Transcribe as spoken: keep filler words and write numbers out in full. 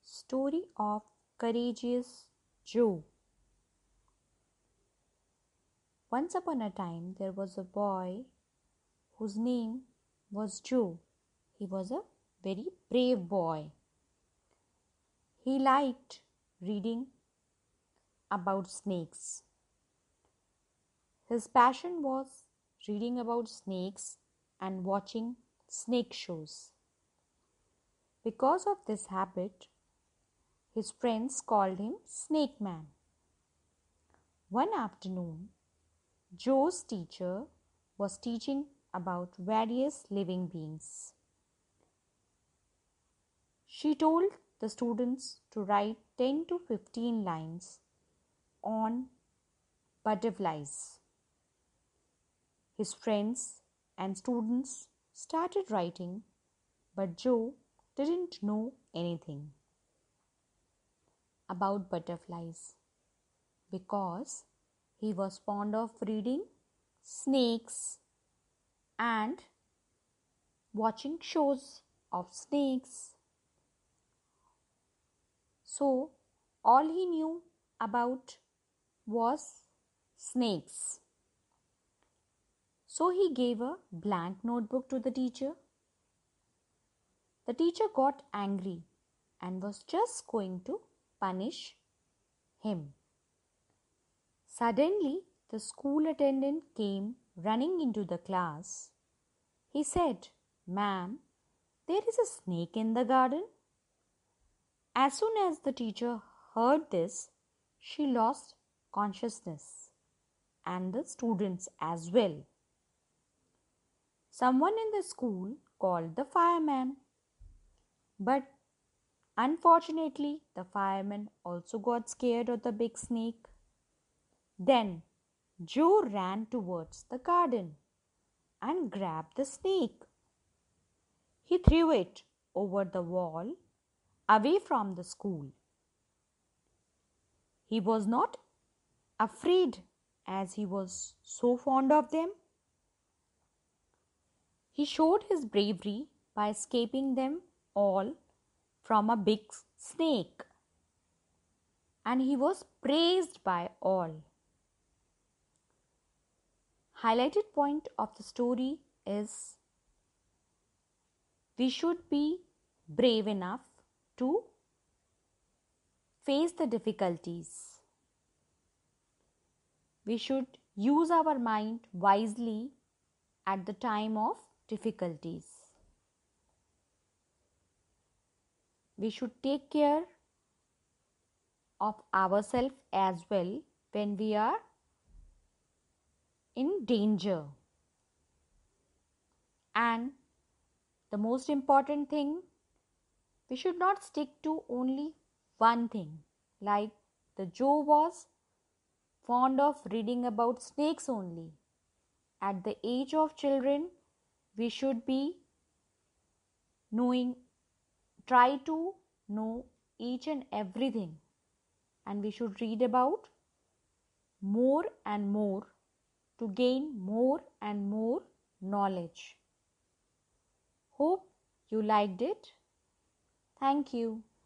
Story of Courageous Joe. Once upon a time, there was a boy whose name was Joe. He was a very brave boy. He liked reading about snakes. His passion was reading about snakes and watching snake shows. Because of this habit, his friends called him Snake Man. One afternoon, Joe's teacher was teaching about various living beings. She told the students to write ten to fifteen lines on butterflies. His friends and students started writing, but Joe didn't know anything about butterflies because he was fond of reading snakes and watching shows of snakes. So, all he knew about was snakes. So, he gave a blank notebook to the teacher. The teacher got angry and was just going to punish him. Suddenly, the school attendant came running into the class. He said, "Ma'am, there is a snake in the garden." As soon as the teacher heard this, she lost consciousness, and the students as well. Someone in the school called the fireman. But unfortunately, the fireman also got scared of the big snake. Then Joe ran towards the garden and grabbed the snake. He threw it over the wall away from the school. He was not afraid as he was so fond of them. He showed his bravery by escaping them all from a big snake, and he was praised by all. Highlighted point of the story is we should be brave enough to face the difficulties. We should use our mind wisely at the time of difficulties. We should take care of ourselves as well when we are in danger. And the most important thing, we should not stick to only one thing. Like the Joe was fond of reading about snakes only. At the age of children, we should be knowing, try to know each and everything. And we should read about more and more to gain more and more knowledge. Hope you liked it. Thank you.